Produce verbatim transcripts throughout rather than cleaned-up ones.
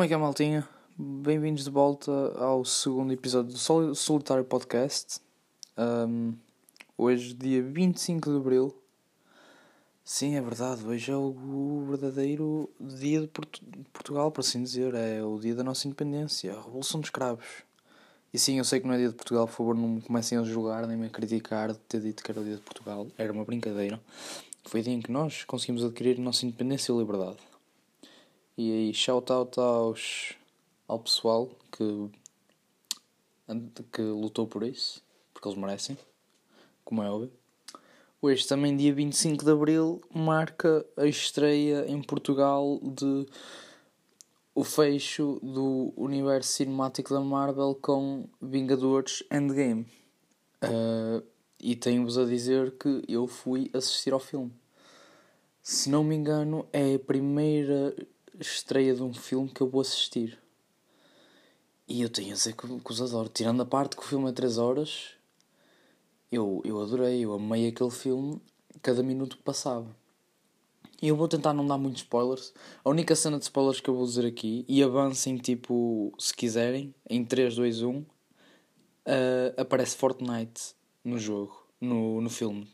é que é, maltinha? Bem-vindos de volta ao segundo episódio do Sol- Solitário Podcast. Um, hoje, dia vinte e cinco de Abril. Sim, é verdade, hoje é o verdadeiro dia de Portu- Portugal, por assim dizer. É o dia da nossa independência, a Revolução dos Cravos. E sim, eu sei que não é dia de Portugal, por favor, não me comecem a julgar nem me a criticar de ter dito que era o dia de Portugal. Era uma brincadeira. Foi o dia em que nós conseguimos adquirir a nossa independência e liberdade. E aí, shout out aos, ao pessoal que, que lutou por isso, porque eles merecem, como é óbvio. Hoje, também dia vinte e cinco de Abril, marca a estreia em Portugal de o fecho do universo cinemático da Marvel com Vingadores Endgame. Uh, e tenho-vos a dizer que eu fui assistir ao filme. Se não me engano, é a primeira estreia de um filme que eu vou assistir. E eu tenho a dizer que, que os adoro. Tirando a parte que o filme é três horas, eu, eu adorei, eu amei aquele filme, cada minuto que passava. E eu vou tentar não dar muitos spoilers. A única cena de spoilers que eu vou dizer aqui, e avancem tipo, se quiserem, em três, dois, um, uh, aparece Fortnite no jogo, no, no filme.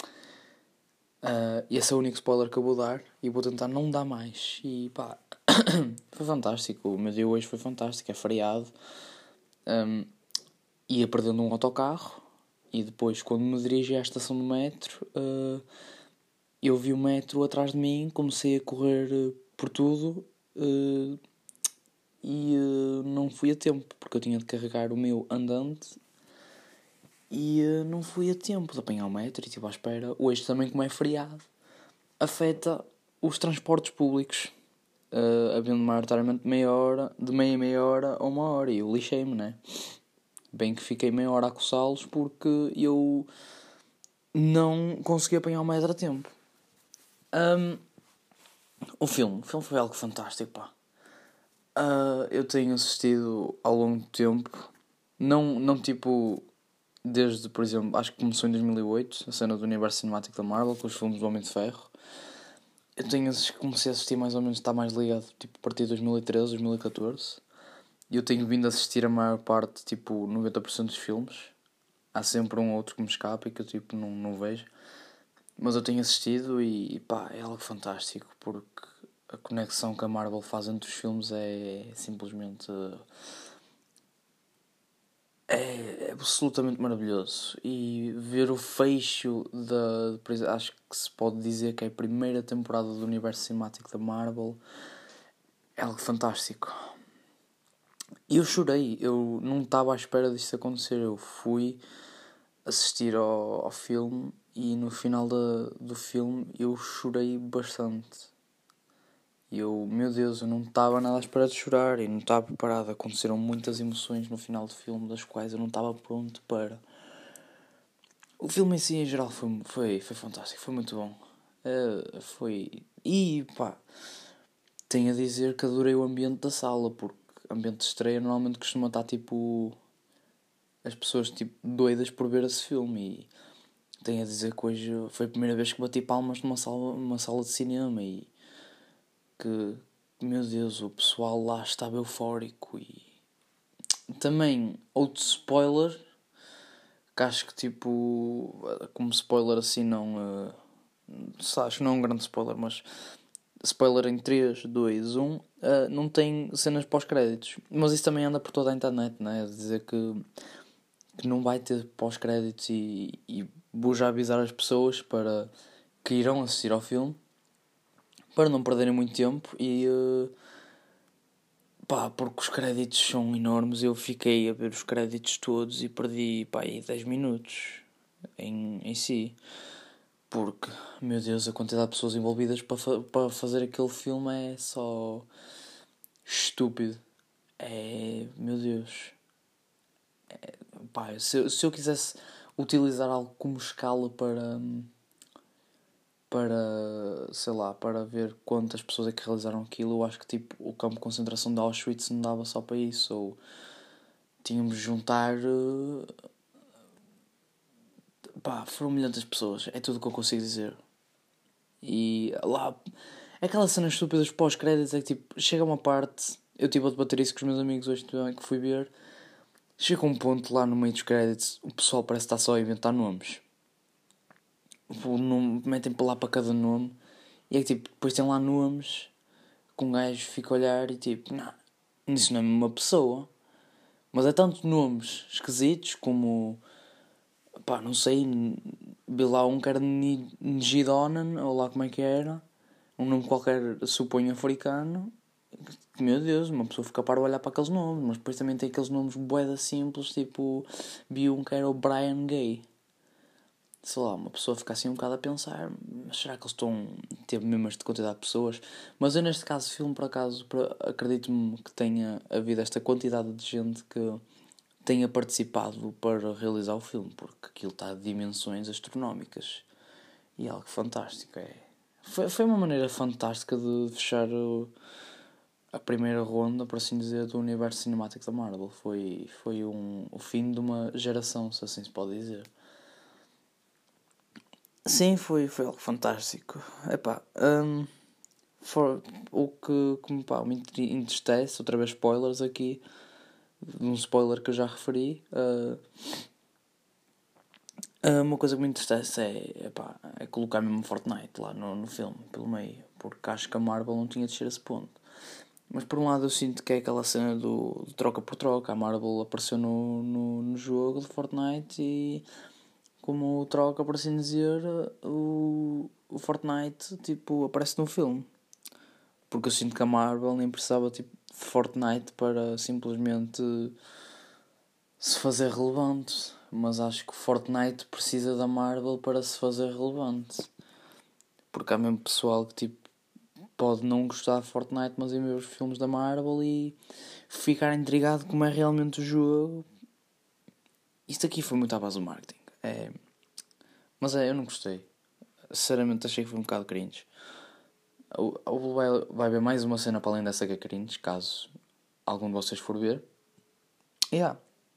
Uh, esse é o único spoiler que eu vou dar e vou tentar não dar mais. E pá, foi fantástico. O meu dia hoje foi fantástico. É feriado. Um, ia perdendo um autocarro e depois, quando me dirigi à estação do metro, uh, eu vi o metro atrás de mim, comecei a correr uh, por tudo uh, e uh, não fui a tempo porque eu tinha de carregar o meu andante. E uh, não fui a tempo de apanhar o metro e estive à espera. Hoje também, como é feriado, afeta os transportes públicos, uh, havendo maioritariamente meia hora, de meia meia hora a uma hora. E eu lixei-me, né? Bem que fiquei meia hora a coçá-los porque eu não consegui apanhar o metro a tempo. Um, o filme, o filme foi algo fantástico, pá. Uh, eu tenho assistido ao longo do tempo, não, não tipo... Desde, por exemplo, acho que começou em dois mil e oito, a cena do universo cinemático da Marvel, com os filmes do Homem de Ferro. Eu tenho, comecei a assistir mais ou menos, está mais ligado, tipo, a partir de dois mil e treze, dois mil e catorze. E eu tenho vindo a assistir a maior parte, tipo, noventa por cento dos filmes. Há sempre um ou outro que me escapa e que eu, tipo, não, não vejo. Mas eu tenho assistido e, pá, é algo fantástico, porque a conexão que a Marvel faz entre os filmes é simplesmente... É absolutamente maravilhoso. E ver o fecho da... Acho que se pode dizer que é a primeira temporada do universo cinemático da Marvel. É algo fantástico. E eu chorei. Eu não estava à espera disto acontecer. Eu fui assistir ao, ao filme e no final da, do filme eu chorei bastante. E eu, meu Deus, eu não estava nada à espera de chorar e não estava preparado. Aconteceram muitas emoções no final do filme, das quais eu não estava pronto para. O filme em si, em geral, foi, foi, foi fantástico, foi muito bom. Uh, foi. E pá, tenho a dizer que adorei o ambiente da sala, porque o ambiente de estreia normalmente costuma estar tipo. As pessoas tipo doidas por ver esse filme. E tenho a dizer que hoje foi a primeira vez que bati palmas numa sala, numa sala de cinema e que, meu Deus, o pessoal lá estava eufórico. E também, outro spoiler, que acho que tipo, como spoiler assim não, uh, acho que não é um grande spoiler, mas spoiler em três, dois, um, uh, não tem cenas pós-créditos, mas isso também anda por toda a internet, né? A dizer que, que não vai ter pós-créditos e, e vou já avisar as pessoas para que irão assistir ao filme para não perderem muito tempo e uh, pá, porque os créditos são enormes. Eu fiquei a ver os créditos todos e perdi, pá, aí dez minutos em, em si, porque, meu Deus, a quantidade de pessoas envolvidas para, fa- para fazer aquele filme é só estúpido. É, meu Deus, é, pá, se, eu- se eu quisesse utilizar algo como escala para para, sei lá, para ver quantas pessoas é que realizaram aquilo, eu acho que tipo o campo de concentração de Auschwitz não dava só para isso, ou tínhamos de juntar, uh, pá, foram milhares de pessoas, é tudo o que eu consigo dizer. E lá, aquelas cenas estúpidas pós-créditos é que tipo, chega uma parte Eu tive a debater isso com os meus amigos hoje também, que fui ver. Chega um ponto lá no meio dos créditos, o pessoal parece estar só a inventar nomes. O nome, metem para lá para cada nome. E é que tipo, depois tem lá nomes que um gajo fica a olhar e tipo, não, isso não é uma pessoa. Mas é tanto nomes esquisitos como, pá, não sei, vi lá um que era Ngidonan, ou lá como é que era, um nome qualquer, suponho, africano. Meu Deus, uma pessoa fica para olhar para aqueles nomes, mas depois também tem aqueles nomes bué simples, tipo, vi um que era o Brian Gay. Sei lá, uma pessoa fica assim um bocado a pensar, mas será que eles estão a ter mesmo esta quantidade de pessoas? Mas eu neste caso, filme por acaso, acredito-me que tenha havido esta quantidade de gente que tenha participado para realizar o filme, porque aquilo está de dimensões astronómicas e é algo fantástico. É. Foi, foi uma maneira fantástica de fechar o, a primeira ronda, por assim dizer, do universo cinemático da Marvel. Foi, foi um, o fim de uma geração, se assim se pode dizer. Sim, foi, foi algo fantástico. Epá, um, for, o que, como pá, me entristece, outra vez spoilers aqui, um spoiler que eu já referi. Uh, uma coisa que me entristece é, epá, é colocar mesmo Fortnite lá no, no filme, pelo meio, porque acho que a Marvel não tinha de chegar a esse ponto. Mas por um lado eu sinto que é aquela cena do, do troca por troca. A Marvel apareceu no, no, no jogo de Fortnite e como troca, por assim dizer, o, o Fortnite tipo, aparece no filme. Porque eu sinto que a Marvel nem precisava tipo, de Fortnite para simplesmente se fazer relevante. Mas acho que o Fortnite precisa da Marvel para se fazer relevante. Porque há mesmo pessoal que tipo, pode não gostar de Fortnite, mas ir ver os filmes da Marvel e ficar intrigado como é realmente o jogo. Isto aqui foi muito à base do marketing. É... Mas é, eu não gostei. Sinceramente achei que foi um bocado cringe. Ou vai, vai haver mais uma cena para além dessa que é cringe, caso algum de vocês for ver. Yeah.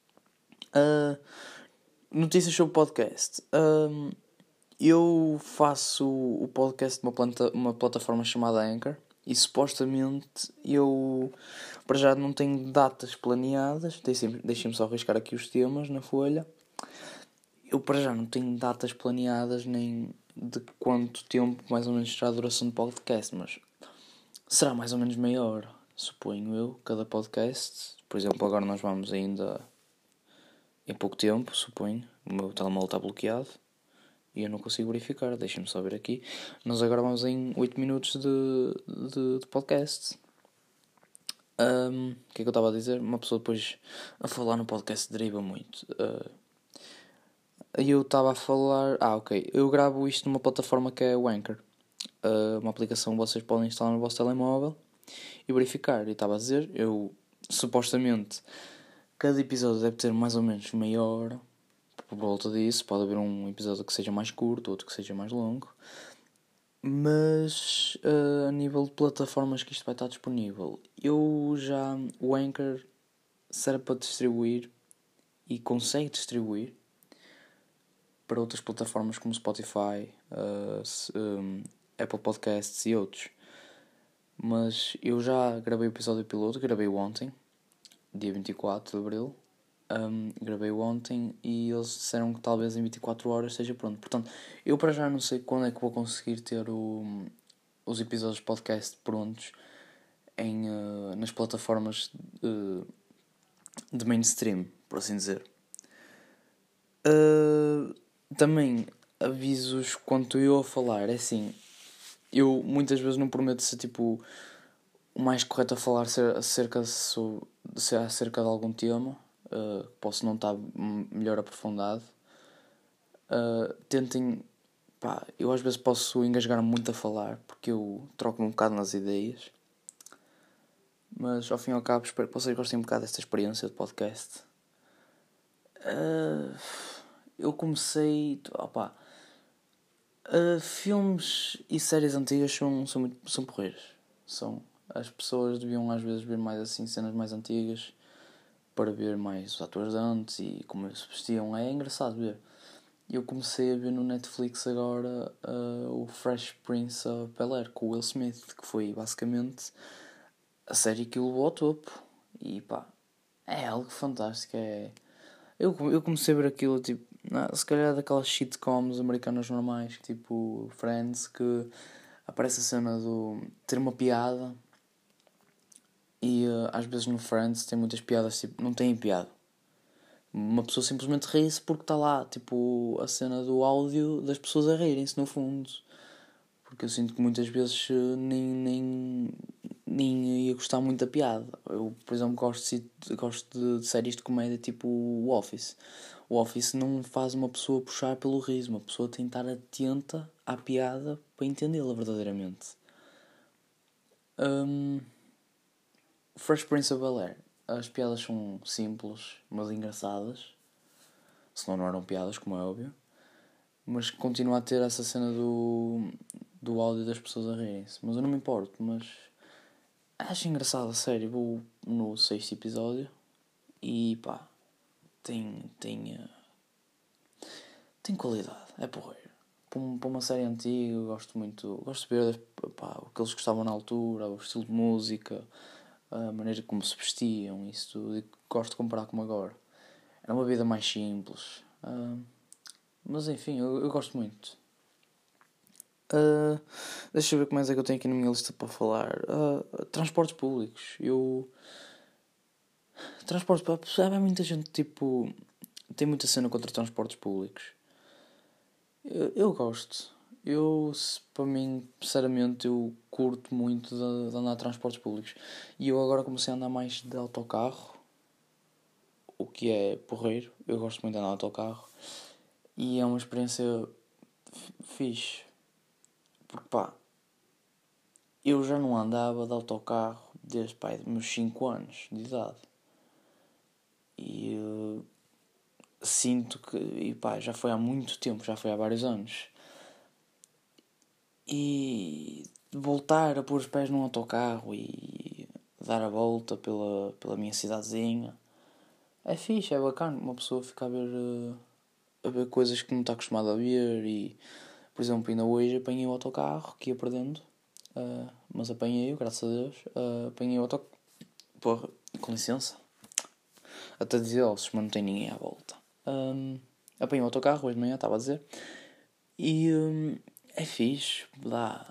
Uh, notícias sobre podcast. Uh, eu faço o podcast numa planta, uma plataforma chamada Anchor. E supostamente eu para já não tenho datas planeadas. Deixem-me, deixem-me só arriscar aqui os temas na folha. Eu para já não tenho datas planeadas nem de quanto tempo mais ou menos será a duração do podcast, mas será mais ou menos meia hora, suponho eu, cada podcast. Por exemplo, agora nós vamos ainda em pouco tempo, suponho. O meu telemóvel está bloqueado e eu não consigo verificar. Deixem-me só ver aqui. Nós agora vamos em oito minutos de, de, de podcast. Um, o que é que eu estava a dizer? Uma pessoa depois a falar no podcast deriva muito. Uh, E eu estava a falar. Ah, ok. Eu gravo isto numa plataforma que é o Anchor. Uh, uma aplicação que vocês podem instalar no vosso telemóvel e verificar. E estava a dizer, eu supostamente cada episódio deve ter mais ou menos meia hora. Por volta disso, pode haver um episódio que seja mais curto, outro que seja mais longo. Mas uh, a nível de plataformas que isto vai estar disponível, eu já. O Anchor serve para distribuir e consegue distribuir para outras plataformas como Spotify, uh, um, Apple Podcasts e outros. Mas eu já gravei o episódio piloto, gravei ontem, dia vinte e quatro de Abril. Um, gravei ontem e eles disseram que talvez em vinte e quatro horas esteja pronto. Portanto, eu para já não sei quando é que vou conseguir ter o, os episódios de podcast prontos em, uh, nas plataformas uh, de mainstream, por assim dizer. Uh, também avisos quanto eu a falar, é assim, eu muitas vezes não prometo ser tipo o mais correto a falar ser acerca, de, ser acerca de algum tema, uh, posso não estar melhor aprofundado. Uh, tentem, pá, eu às vezes posso engasgar muito a falar porque eu troco um bocado nas ideias, mas ao fim e ao cabo espero que vocês gostem um bocado desta experiência de podcast. Uh, eu comecei, opá, uh, filmes e séries antigas são, são, muito, são porreiras. São, as pessoas deviam às vezes ver mais assim cenas mais antigas para ver mais os atores de antes e como eles se vestiam. É engraçado ver. Eu comecei a ver no Netflix agora uh, o Fresh Prince of Bel-Air com o Will Smith, que foi basicamente a série aquilo levou ao topo. E pá, é algo fantástico. É... Eu, eu comecei a ver aquilo, tipo, não, se calhar daquelas sitcoms americanas normais, tipo Friends, que aparece a cena do ter uma piada e uh, às vezes no Friends tem muitas piadas, tipo, não têm piada. Uma pessoa simplesmente ri-se porque está lá, tipo, a cena do áudio das pessoas a rirem-se no fundo. Porque eu sinto que muitas vezes uh, nem, nem, nem ia gostar muito da piada. Eu, por exemplo, gosto de, gosto de, de séries de comédia tipo o Office. O Office não faz uma pessoa puxar pelo riso, uma pessoa tem que estar atenta à piada para entendê-la verdadeiramente. Um, Fresh Prince of Bel-Air. As piadas são simples, mas engraçadas. Senão não eram piadas, como é óbvio. Mas continua a ter essa cena do, do áudio das pessoas a rirem-se. Mas eu não me importo, mas acho engraçado, a sério. Vou no sexto episódio e pá, tem, tem, uh, tem qualidade, é porreiro. Para, um, para uma série antiga, eu gosto muito, gosto de ver pá, o que eles gostavam na altura, o estilo de música, a maneira como se vestiam, isso tudo, e gosto de comparar com agora. Era uma vida mais simples, uh, mas enfim, eu, eu gosto muito. Uh, deixa eu ver o que mais é que eu tenho aqui na minha lista para falar. Uh, transportes públicos. Eu. Transportes públicos. Há muita gente, tipo. Tem muita cena contra transportes públicos. Eu, eu gosto. Eu, se, para mim, sinceramente, eu curto muito de, de andar a transportes públicos. E eu agora comecei a andar mais de autocarro. O que é porreiro. Eu gosto muito de andar de autocarro. E é uma experiência f- fixe. Porque pá. Eu já não andava de autocarro desde pai, dos meus cinco anos de idade. E uh, sinto que, e pá, já foi há muito tempo, já foi há vários anos. E voltar a pôr os pés num autocarro e dar a volta pela, pela minha cidadezinha é fixe, é bacana. Uma pessoa fica a ver, uh, a ver coisas que não está acostumada a ver. E, por exemplo, ainda hoje apanhei o autocarro que ia perdendo, uh, mas apanhei-o, graças a Deus. Uh, apanhei o autocarro. Porra, com licença. Até dizer ossos, mas não tem ninguém à volta. Um, apanhei o autocarro hoje de manhã, estava a dizer. E um, é fixe, dá.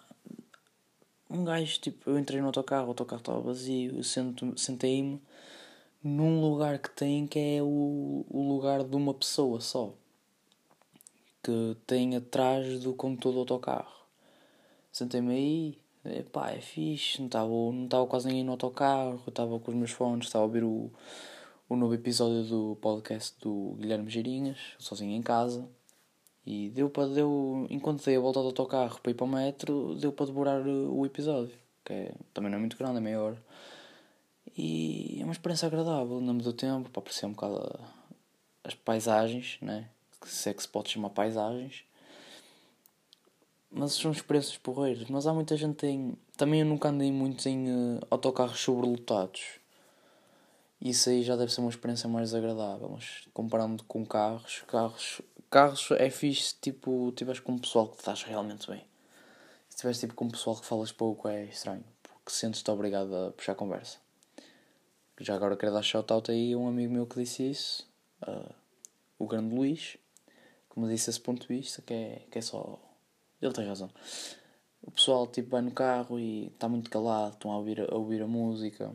Um gajo, tipo, eu entrei no autocarro, o autocarro estava vazio, eu sento, sentei-me num lugar que tem que é o, o lugar de uma pessoa só. Que tem atrás do condutor do autocarro. Sentei-me aí, epá, é fixe, não estava não estava quase ninguém no autocarro, eu estava com os meus fones, estava a ouvir o, o novo episódio do podcast do Guilherme Girinhas, sozinho em casa. E deu para, deu, enquanto dei a volta do autocarro para ir para o metro, deu para devorar o episódio, que é, também não é muito grande, é meia hora. E é uma experiência agradável, não me deu tempo para apreciar um bocado as paisagens, né? Se é que se pode chamar paisagens. Mas são experiências porreiras. Mas há muita gente que tem. Também eu nunca andei muito em uh, autocarros sobrelotados. Isso aí já deve ser uma experiência mais agradável. Mas comparando com carros, carros, carros é fixe, tipo, tiveres com um pessoal que te estás realmente bem. Se tiveres tipo com um pessoal que falas pouco é estranho, porque sentes-te obrigado a puxar a conversa. Já agora quero dar shout-out aí a um amigo meu que disse isso, uh, o grande Luís, que me disse esse ponto de vista, que é, que é só... Ele tem razão. O pessoal tipo vai no carro e está muito calado, estão a ouvir, a ouvir a música.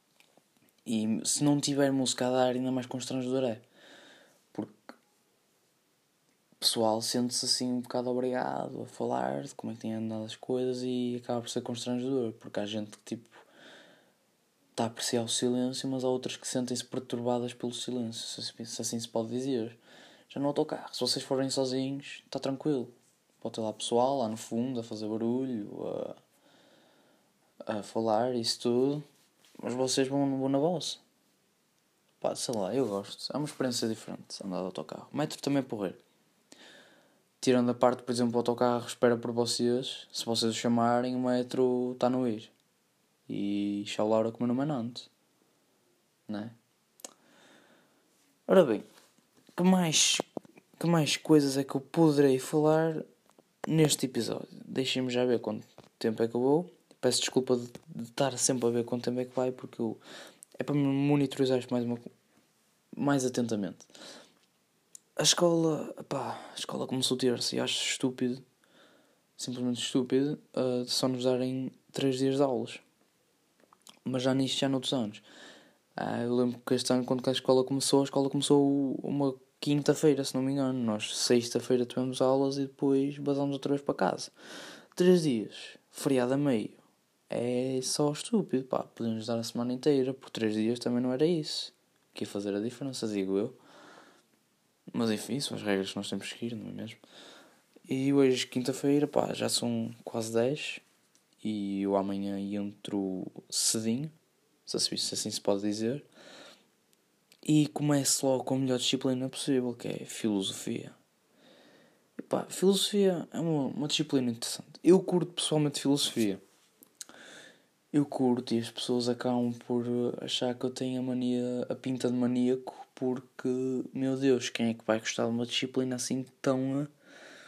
E se não tiver música a dar, ainda mais constrangedor é. Porque o pessoal sente-se assim um bocado obrigado a falar de como é que têm andado as coisas e acaba por ser constrangedor. Porque há gente que tipo está a apreciar o silêncio, mas há outras que sentem-se perturbadas pelo silêncio, se assim se pode dizer. Já no autocarro, se vocês forem sozinhos, está tranquilo. Pode ter lá pessoal lá no fundo a fazer barulho, a, a falar, isso tudo. Mas vocês vão, vão na vossa. Pá, sei lá, eu gosto. É uma experiência diferente andar de autocarro. O metro também é porreiro. Tirando a parte, por exemplo, o autocarro espera por vocês. Se vocês o chamarem, o metro está no ir. E chau Laura como não é Nantes. Não é? Ora bem, que mais, que mais coisas é que eu poderei falar neste episódio? Deixem-me já ver quanto tempo é que eu vou. Peço desculpa de, de estar sempre a ver quanto tempo é que vai, porque eu, é para me monitorizar isto mais, uma, mais atentamente. A escola, pá, a escola começou a ter-se e acho estúpido, simplesmente estúpido, uh, de só nos darem três dias de aulas. Mas já nisto, já noutros anos. Ah, eu lembro que este ano, quando a escola começou, a escola começou uma quinta-feira, se não me engano. Nós, sexta-feira, tivemos aulas e depois basámos outra vez para casa. Três dias, feriado a meio. É só estúpido, pá. Podemos dar a semana inteira, por três dias também não era isso. Que ia fazer a diferença, digo eu. Mas enfim, são as regras que nós temos que seguir, não é mesmo? E hoje, quinta-feira, pá, já são quase dez. E eu amanhã entro cedinho, se assim se pode dizer. E começo logo com a melhor disciplina possível, que é filosofia. E pá, filosofia é uma, uma disciplina interessante. Eu curto pessoalmente filosofia. Eu curto e as pessoas acabam por achar que eu tenho a mania, a pinta de maníaco, porque, meu Deus, quem é que vai gostar de uma disciplina assim tão uh,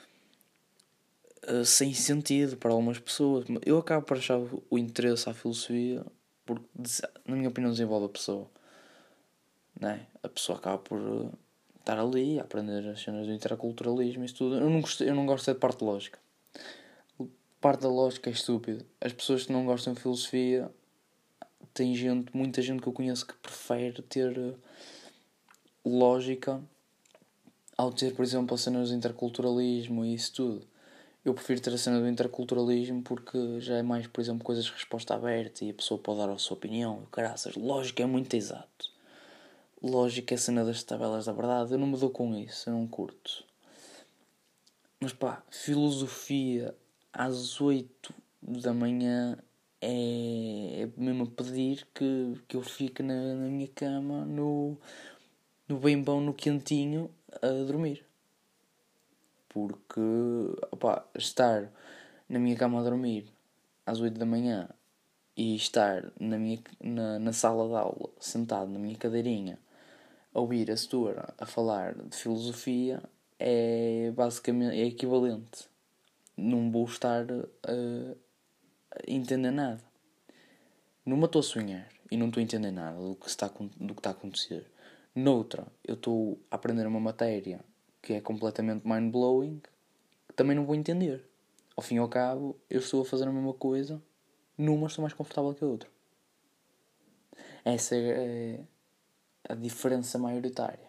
uh, sem sentido para algumas pessoas? Eu acabo por achar o interesse à filosofia porque, na minha opinião, desenvolve a pessoa. Não é? A pessoa acaba por uh, estar ali a aprender as cenas do interculturalismo e isso tudo. Eu não, gosto, eu não gosto de parte lógica. Parte da lógica é estúpido. As pessoas que não gostam de filosofia, tem gente, muita gente que eu conheço que prefere ter uh, lógica ao ter, por exemplo, as cenas do interculturalismo e isso tudo. Eu prefiro ter a cena do interculturalismo porque já é mais, por exemplo, coisas de resposta aberta e a pessoa pode dar a sua opinião. Caraças, lógica é muito exato. Lógica é a cena das tabelas da verdade. Eu não me dou com isso, eu não curto. Mas pá, filosofia às oito da manhã é, é mesmo a pedir que, que eu fique na, na minha cama, no, no bem bom, no quentinho, a dormir. Porque, opá, estar na minha cama a dormir às oito da manhã e estar na, minha, na, na sala de aula, sentado na minha cadeirinha, a ouvir a setora a falar de filosofia, é basicamente é equivalente. Não vou estar a, a entender nada. Numa estou a sonhar e não estou a entender nada do que está, do que está a acontecer. Noutra, eu estou a aprender uma matéria que é completamente mind-blowing, que também não vou entender. Ao fim e ao cabo, eu estou a fazer a mesma coisa, numa estou mais confortável que a outra. Essa é a diferença maioritária.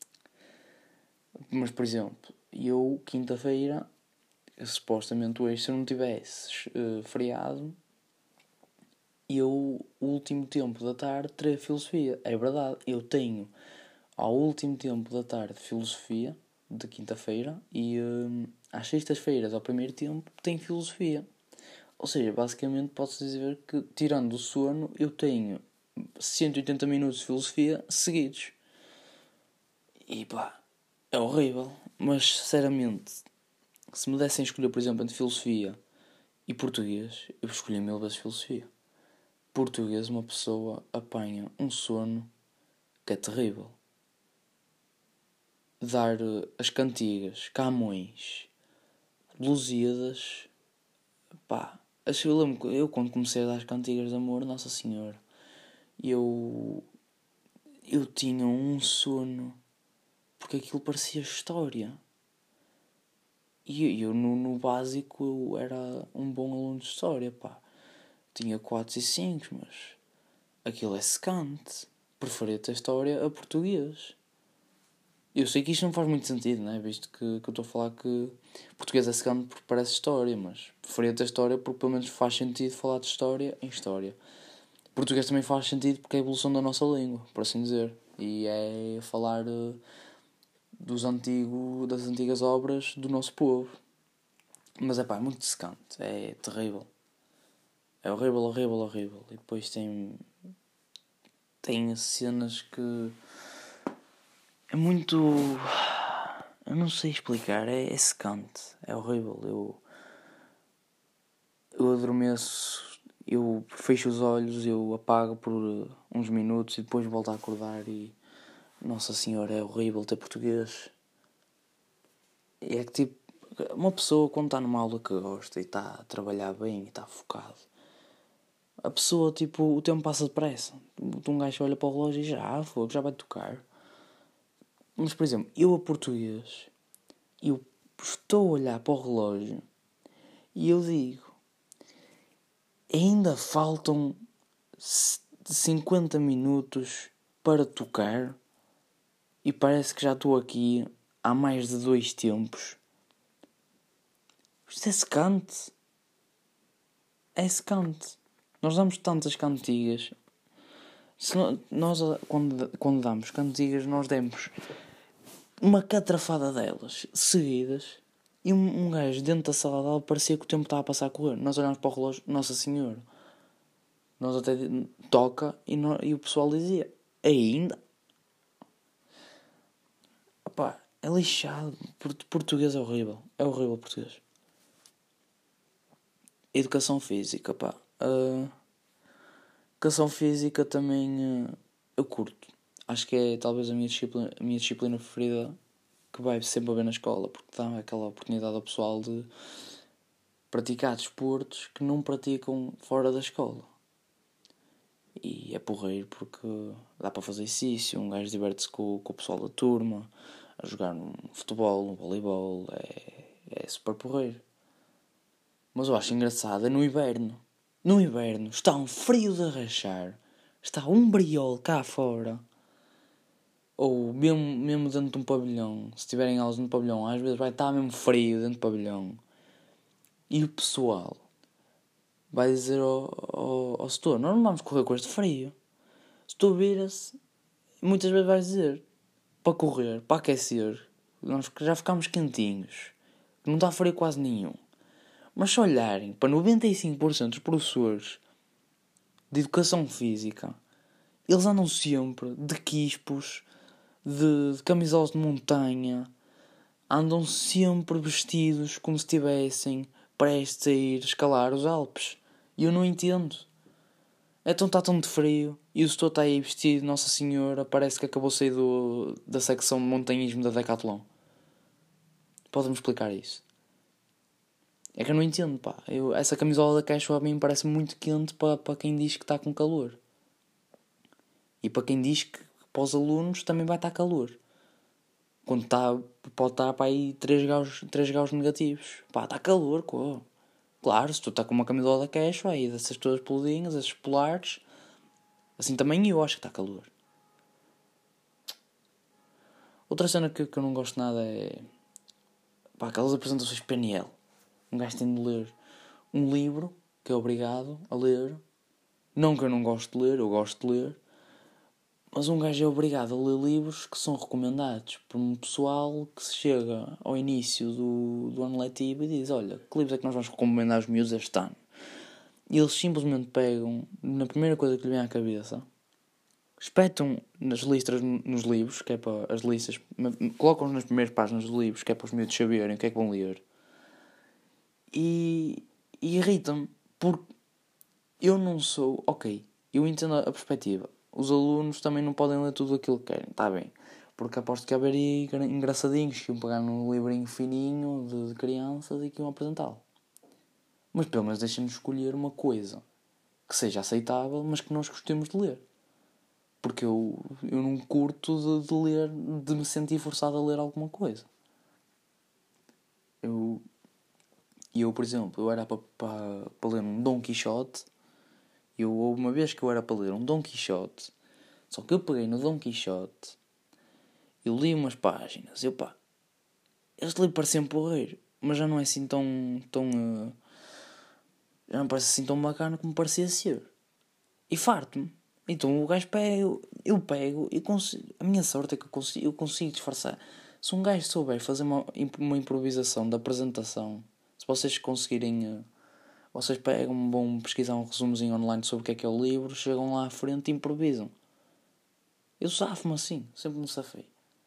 Mas, por exemplo, eu, quinta-feira, supostamente hoje, se eu não tivesse uh, feriado, eu, o último tempo da tarde, teria filosofia. É verdade, eu tenho ao último tempo da tarde filosofia, de quinta-feira, e uh, às sextas-feiras, ao primeiro tempo, tenho filosofia. Ou seja, basicamente posso dizer que, tirando o sono, eu tenho cento e oitenta minutos de filosofia seguidos. E pá, é horrível. Mas, sinceramente, se me dessem escolher, por exemplo, entre filosofia e português, eu escolhi mil vezes filosofia. Português, uma pessoa apanha um sono que é terrível. Dar as cantigas, Camões, Lusíadas, pá. Eu lembro que eu, quando comecei a dar as cantigas de amor, Nossa Senhora, eu, eu tinha um sono, porque aquilo parecia história. E eu, no, no básico, eu era um bom aluno de história, pá. Tinha quatro e cinco, mas aquilo é secante. Preferia ter história a português. Eu sei que isto não faz muito sentido, né? Visto que, que eu estou a falar que português é secante porque parece história, mas preferia ter história porque pelo menos faz sentido falar de história em história. Português também faz sentido porque é a evolução da nossa língua, por assim dizer. E é falar uh, dos antigo, das antigas obras do nosso povo. Mas é pá, é muito secante, é terrível. É horrível, horrível, horrível. E depois tem. Tem cenas que. É muito. Eu não sei explicar, é, é secante, é horrível. Eu. Eu adormeço, eu fecho os olhos, eu apago por uns minutos e depois volto a acordar e. Nossa Senhora, é horrível ter português. E é que tipo. Uma pessoa quando está numa aula que gosta e está a trabalhar bem e está focado, A pessoa, tipo, o tempo passa depressa. Um gajo olha para o relógio e já, ah, fogo, já vai tocar. Mas, por exemplo, eu a português, eu estou a olhar para o relógio e eu digo, ainda faltam cinquenta minutos para tocar e parece que já estou aqui há mais de dois tempos. Isto é secante. É secante. Nós damos tantas cantigas. Se nós, quando, quando damos cantigas, nós demos uma catrafada delas seguidas e um, um gajo dentro da sala de aula parecia que o tempo estava a passar a correr. Nós olhámos para o relógio, Nossa Senhora. Nós até toca e, no, e o pessoal dizia, ainda? Opá, é lixado. Português é horrível. É horrível português. Educação física, pá. Uh, educação física também uh, eu curto. Acho que é talvez a minha disciplina, a minha disciplina preferida que vai sempre haver na escola, porque dá aquela oportunidade ao pessoal de praticar desportos que não praticam fora da escola. E é porreiro porque dá para fazer exercício, um gajo diverte-se com, com o pessoal da turma, a jogar um futebol, um voleibol, é, é super porreiro. Mas eu acho engraçado, é no inverno. No inverno está um frio de rachar, está um briol cá fora, ou mesmo, mesmo dentro de um pavilhão, se tiverem aulas no pavilhão, às vezes vai estar mesmo frio dentro do pavilhão. E o pessoal vai dizer ao, ao, ao setor, nós não vamos correr com este frio. Se tu vira-se, muitas vezes vais dizer, para correr, para aquecer, nós já ficamos quentinhos, não está frio quase nenhum. Mas se olharem para noventa e cinco por cento dos professores de educação física, eles andam sempre de quispos, de, de camisolas de montanha, andam sempre vestidos como se estivessem prestes a ir escalar os Alpes. E eu não entendo. Então está tão de frio e o setor está aí vestido, Nossa Senhora, parece que acabou de sair do, da secção de montanhismo da Decathlon. Pode-me explicar isso? É que eu não entendo, pá. Eu, essa camisola da Quechua a mim parece muito quente para, para quem diz que está com calor. E para quem diz que para os alunos também vai estar calor. Quando está, pode estar para aí três graus, três graus negativos. Pá, está calor, pô. Claro, se tu está com uma camisola da Quechua aí, dessas todas peludinhas, esses polares, assim também eu acho que está calor. Outra cena que, que eu não gosto nada é... pá, aquelas apresentações P N L. Um gajo tem de ler um livro que é obrigado a ler. Não que eu não gosto de ler, eu gosto de ler. Mas um gajo é obrigado a ler livros que são recomendados por um pessoal que se chega ao início do, do ano letivo e diz, olha, que livros é que nós vamos recomendar aos miúdos este ano? E eles simplesmente pegam na primeira coisa que lhe vem à cabeça, espetam nas listas nos livros, que é para as listas, colocam-nos nas primeiras páginas dos livros, que é para os miúdos saberem o que é que vão ler. E, e irritam-me, porque eu não sou... Ok, eu entendo a perspectiva. Os alunos também não podem ler tudo aquilo que querem, está bem. Porque aposto que haveria engraçadinhos que iam pegar num livrinho fininho de, de crianças e que iam apresentá-lo. Mas pelo menos deixem-nos escolher uma coisa que seja aceitável, mas que nós gostemos de ler. Porque eu, eu não curto de, de ler, de me sentir forçado a ler alguma coisa. Eu, eu por exemplo, eu era para, para, para ler um Dom Quixote. Eu, houve uma vez que eu era para ler um Dom Quixote, só que eu peguei no Dom Quixote, eu li umas páginas, eu pá, este livro parecia um porreiro, mas já não é assim tão, tão, uh, já não parece assim tão bacana como parecia ser. E farto-me. Então o gajo pega, eu pego e consigo, a minha sorte é que eu consigo, eu consigo disfarçar. Se um gajo souber fazer uma, uma improvisação da apresentação, se vocês conseguirem... Uh, Vocês pegam, vão pesquisar um resumozinho online sobre o que é que é o livro, chegam lá à frente e improvisam. Eu safo-me assim, sempre me safei.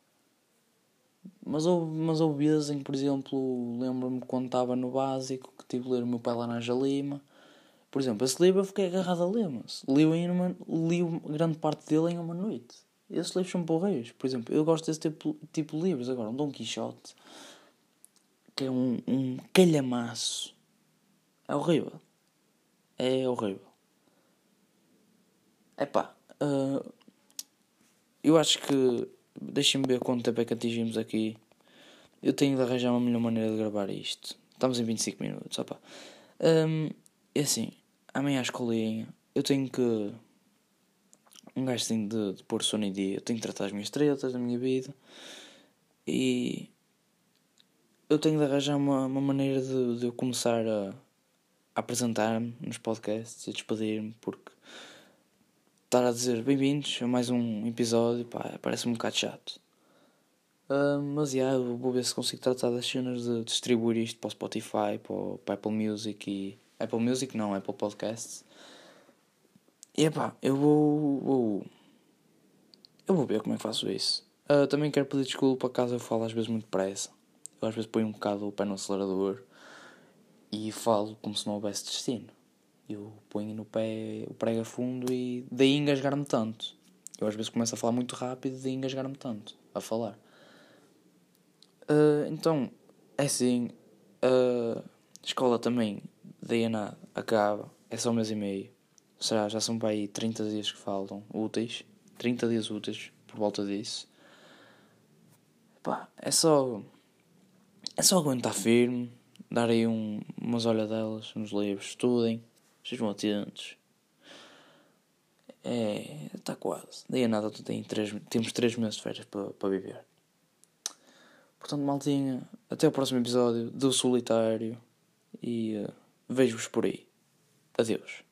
Mas houve, mas houve vezes em que, por exemplo, lembro-me quando estava no básico, que tive de ler O Meu Pai Laranja Lima. Por exemplo, esse livro eu fiquei agarrado a ler-me. Li-o em uma, li grande parte dele em uma noite. Esses livros são porreiros. Por exemplo, eu gosto desse tipo, tipo de livros. Agora, um Dom Quixote, que é um, um calhamaço. É horrível. É horrível. Epá, uh, eu acho que. Deixem-me ver quanto tempo é que atingimos aqui. Eu tenho de arranjar uma melhor maneira de gravar isto. Estamos em vinte e cinco minutos, opá. Um, é assim, amanhã à escolinha, eu tenho que. Um gajo tem de, de pôr sono em dia. Eu tenho que tratar as minhas tretas da minha vida. E. Eu tenho de arranjar uma, uma maneira de, de eu começar a, a apresentar-me nos podcasts e a despedir-me, porque. Estar a dizer bem-vindos a mais um episódio, pá, parece-me um bocado chato. Uh, mas, já, yeah, vou ver se consigo tratar das cenas de distribuir isto para o Spotify, para o para Apple Music e... Apple Music não, Apple Podcasts. E, epá, eu vou... vou... Eu vou ver como é que faço isso. Uh, também quero pedir desculpa caso eu falo às vezes muito depressa. Eu às vezes ponho um bocado o pé no acelerador e falo como se não houvesse destino. Eu ponho no pé o prego a fundo e daí engasgar-me tanto. Eu às vezes começo a falar muito rápido e daí engasgar-me tanto a falar. Uh, então, é assim, a uh, escola também, daí a nada, acaba, é só um mês e meio. Será, já são para aí trinta dias que faltam, úteis, trinta dias úteis, por volta disso. Pá, é só, é só aguentar firme, dar aí um, umas olhadelas nos livros, estudem, sejam atentos. É, está quase, daí a nada tem três, temos três meses de férias para, para viver. Portanto, maltinha, até o próximo episódio do Solitário e uh, vejo-vos por aí. Adeus.